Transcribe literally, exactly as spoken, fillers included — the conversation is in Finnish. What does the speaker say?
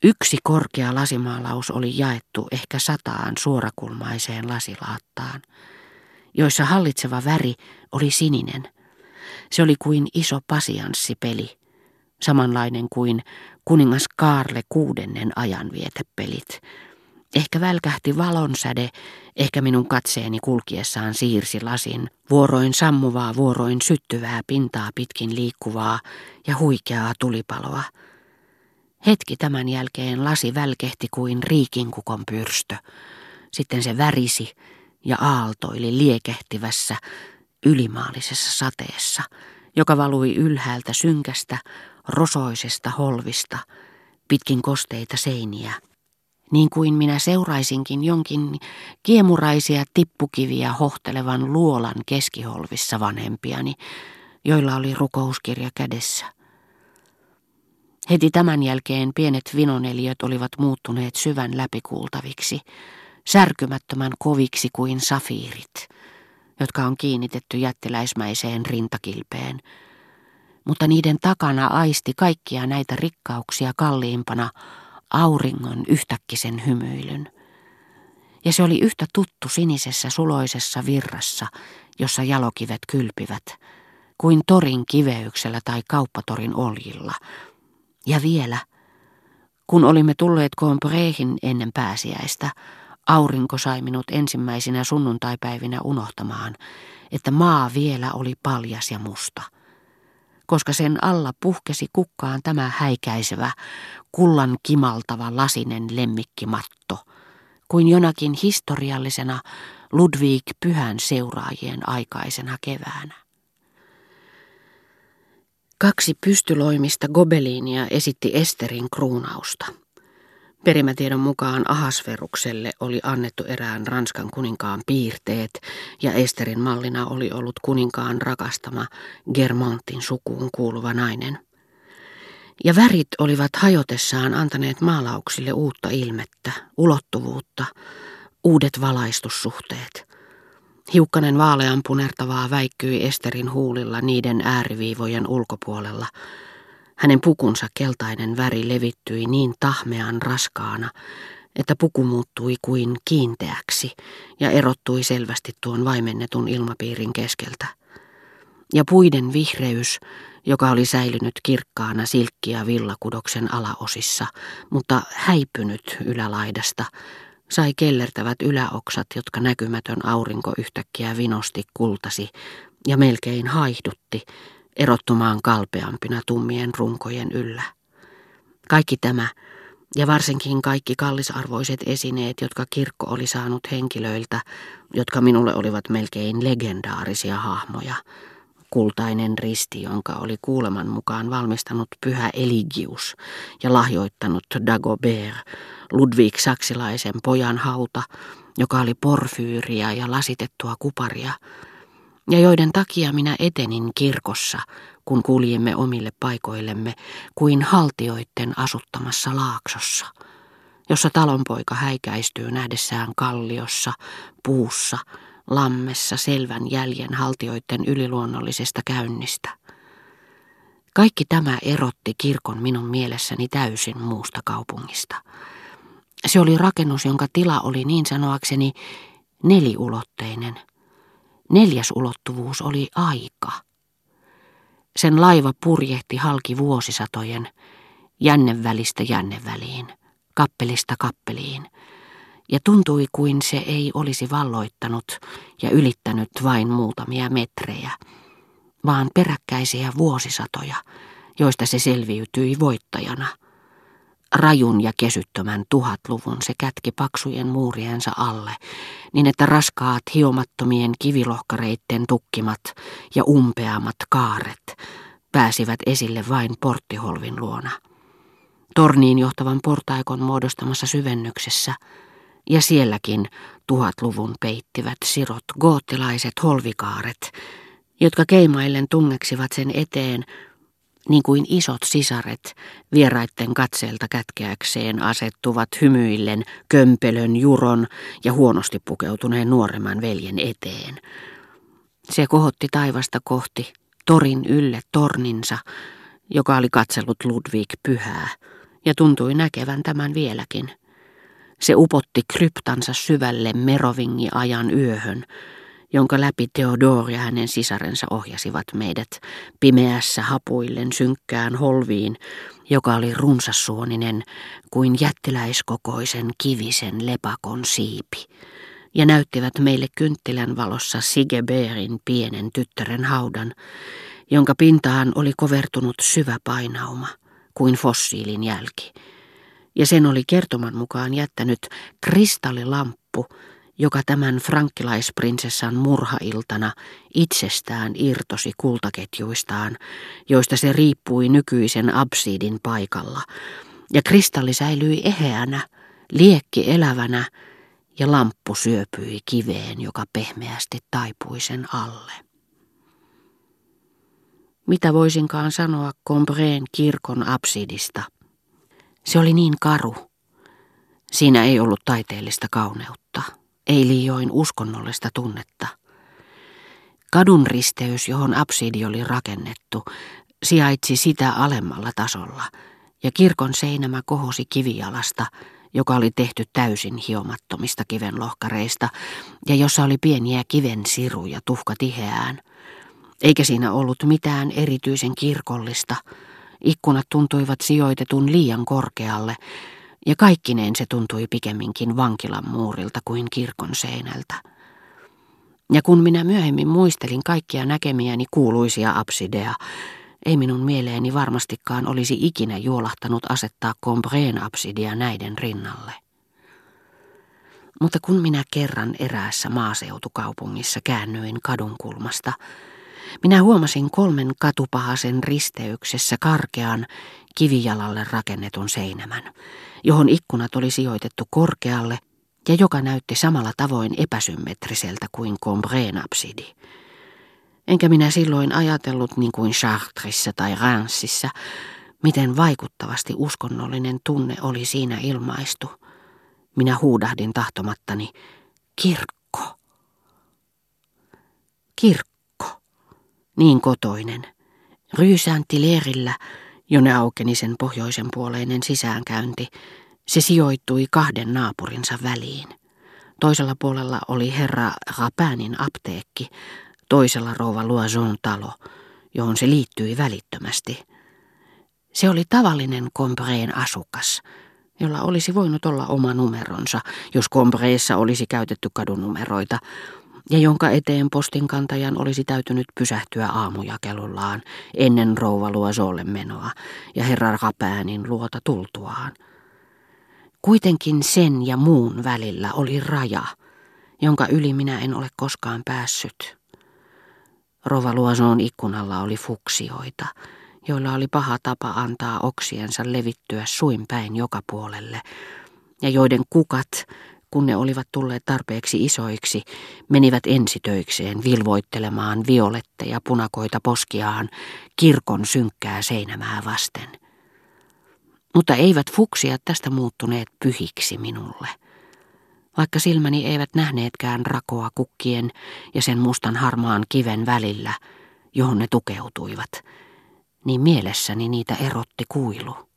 Yksi korkea lasimaalaus oli jaettu ehkä sataan suorakulmaiseen lasilaattaan, joissa hallitseva väri oli sininen. Se oli kuin iso pasianssipeli, samanlainen kuin kuningas Kaarle kuudennen ajanvietepelit. Ehkä välkähti valonsäde, ehkä minun katseeni kulkiessaan siirsi lasin, vuoroin sammuvaa, vuoroin syttyvää pintaa pitkin liikkuvaa ja huikeaa tulipaloa. Hetki tämän jälkeen lasi välkehti kuin riikinkukon pyrstö. Sitten se värisi ja aaltoili liekehtivässä, ylimaallisessa sateessa, joka valui ylhäältä synkästä, rosoisesta holvista, pitkin kosteita seiniä. Niin kuin minä seuraisinkin jonkin kiemuraisia tippukiviä hohtelevan luolan keskiholvissa vanhempiani, joilla oli rukouskirja kädessä. Heti tämän jälkeen pienet vinoneliöt olivat muuttuneet syvän läpikuultaviksi, särkymättömän koviksi kuin safiirit, jotka on kiinnitetty jättiläismäiseen rintakilpeen. Mutta niiden takana aisti kaikkia näitä rikkauksia kalliimpana auringon yhtäkkisen hymyilyn. Ja se oli yhtä tuttu sinisessä suloisessa virrassa, jossa jalokivet kylpivät, kuin torin kiveyksellä tai kauppatorin oljilla. Ja vielä, kun olimme tulleet Combréhin ennen pääsiäistä, aurinko sai minut ensimmäisinä sunnuntaipäivinä unohtamaan, että maa vielä oli paljas ja musta, koska sen alla puhkesi kukkaan tämä häikäisevä, kullan kimaltava lasinen lemmikkimatto, kuin jonakin historiallisena Ludwig Pyhän seuraajien aikaisena keväänä. Kaksi pystyloimista gobeliinia esitti Esterin kruunausta. Perimätiedon mukaan Ahasverukselle oli annettu erään Ranskan kuninkaan piirteet ja Esterin mallina oli ollut kuninkaan rakastama Germantin sukuun kuuluva nainen. Ja värit olivat hajotessaan antaneet maalauksille uutta ilmettä, ulottuvuutta, uudet valaistussuhteet. Hiukkanen vaalean punertavaa väikkyi Esterin huulilla niiden ääriviivojen ulkopuolella. Hänen pukunsa keltainen väri levittyi niin tahmean raskaana, että puku muuttui kuin kiinteäksi ja erottui selvästi tuon vaimennetun ilmapiirin keskeltä. Ja puiden vihreys, joka oli säilynyt kirkkaana silkki- ja villakudoksen alaosissa, mutta häipynyt ylälaidasta, sai kellertävät yläoksat, jotka näkymätön aurinko yhtäkkiä vinosti kultasi ja melkein haihdutti, erottumaan kalpeampina tummien runkojen yllä. Kaikki tämä, ja varsinkin kaikki kallisarvoiset esineet, jotka kirkko oli saanut henkilöiltä, jotka minulle olivat melkein legendaarisia hahmoja. Kultainen risti, jonka oli kuuleman mukaan valmistanut pyhä Eligius ja lahjoittanut Dagobert, Ludwig saksilaisen pojan hauta, joka oli porfyyriä ja lasitettua kuparia, ja joiden takia minä etenin kirkossa, kun kuljimme omille paikoillemme, kuin haltioitten asuttamassa laaksossa, jossa talonpoika häikäistyy nähdessään kalliossa, puussa, lammessa selvän jäljen haltioitten yliluonnollisesta käynnistä. Kaikki tämä erotti kirkon minun mielessäni täysin muusta kaupungista. Se oli rakennus, jonka tila oli niin sanoakseni neliulotteinen. Neljäs ulottuvuus oli aika. Sen laiva purjehti halki vuosisatojen, jännevälistä jänneväliin, kappelista kappeliin, ja tuntui kuin se ei olisi valloittanut ja ylittänyt vain muutamia metrejä, vaan peräkkäisiä vuosisatoja, joista se selviytyi voittajana. Rajun ja kesyttömän tuhatluvun se kätki paksujen muuriensa alle, niin että raskaat hiomattomien kivilohkareitten tukkimat ja umpeamat kaaret pääsivät esille vain porttiholvin luona. Torniin johtavan portaikon muodostamassa syvennyksessä, ja sielläkin tuhatluvun peittivät sirot goottilaiset holvikaaret, jotka keimaillen tungeksivat sen eteen, niin kuin isot sisaret vieraitten katseelta kätkeäkseen asettuvat hymyillen kömpelön, juron ja huonosti pukeutuneen nuoremman veljen eteen. Se kohotti taivasta kohti, torin ylle torninsa, joka oli katsellut Ludwig Pyhää, ja tuntui näkevän tämän vieläkin. Se upotti kryptansa syvälle Merovingi-ajan yöhön, jonka läpi Theodore ja hänen sisarensa ohjasivat meidät pimeässä hapuillen synkkään holviin, joka oli runsassuoninen kuin jättiläiskokoisen kivisen lepakon siipi, ja näyttivät meille kynttilän valossa Sigeberin pienen tyttären haudan, jonka pintaan oli kovertunut syvä painauma kuin fossiilin jälki, ja sen oli kertoman mukaan jättänyt kristallilamppu, joka tämän frankkilaisprinsessan murhailtana itsestään irtosi kultaketjuistaan, joista se riippui nykyisen absidin paikalla, ja kristalli säilyi eheänä, liekki elävänä, ja lamppu syöpyi kiveen, joka pehmeästi taipui sen alle. Mitä voisinkaan sanoa Combreen kirkon absidista? Se oli niin karu. Siinä ei ollut taiteellista kauneutta, ei liioin uskonnollista tunnetta. Kadun risteys, johon absidi oli rakennettu, sijaitsi sitä alemmalla tasolla, ja kirkon seinämä kohosi kivijalasta, joka oli tehty täysin hiomattomista kivenlohkareista, ja jossa oli pieniä kiven siruja tuhka tiheään. Eikä siinä ollut mitään erityisen kirkollista. Ikkunat tuntuivat sijoitetun liian korkealle, ja kaikkineen se tuntui pikemminkin vankilan muurilta kuin kirkon seinältä. Ja kun minä myöhemmin muistelin kaikkia näkemiäni kuuluisia absideja, ei minun mieleeni varmastikaan olisi ikinä juolahtanut asettaa Combreen absidia näiden rinnalle. Mutta kun minä kerran eräässä maaseutukaupungissa käännyin kadunkulmasta, minä huomasin kolmen katupahasen risteyksessä karkean kivijalalle rakennetun seinämän, johon ikkunat oli sijoitettu korkealle ja joka näytti samalla tavoin epäsymmetriseltä kuin Combreen absidi. Enkä minä silloin ajatellut niin kuin Chartressa tai Reinsissa, miten vaikuttavasti uskonnollinen tunne oli siinä ilmaistu. Minä huudahdin tahtomattani, kirkko. Kirkko. Niin kotoinen. Rue Saint-Hilaireillä, jonne aukeni sen pohjoisen puoleinen sisäänkäynti, se sijoittui kahden naapurinsa väliin. Toisella puolella oli herra Rapinin apteekki, toisella rouva Loison talo, johon se liittyi välittömästi. Se oli tavallinen Combreen asukas, jolla olisi voinut olla oma numeronsa, jos Combreessa olisi käytetty kadunnumeroita, ja jonka eteen postinkantajan olisi täytynyt pysähtyä aamujakelullaan ennen rouva Loisolle menoa ja herra Rapinin luota tultuaan. Kuitenkin sen ja muun välillä oli raja, jonka yli minä en ole koskaan päässyt. Rouva Loison ikkunalla oli fuksioita, joilla oli paha tapa antaa oksiensa levittyä suin päin joka puolelle, ja joiden kukat, kun ne olivat tulleet tarpeeksi isoiksi, menivät ensitöikseen vilvoittelemaan violetteja punakoita poskiaan kirkon synkkää seinämää vasten. Mutta eivät fuksiat tästä muuttuneet pyhiksi minulle. Vaikka silmäni eivät nähneetkään rakoa kukkien ja sen mustan harmaan kiven välillä, johon ne tukeutuivat, niin mielessäni niitä erotti kuilu.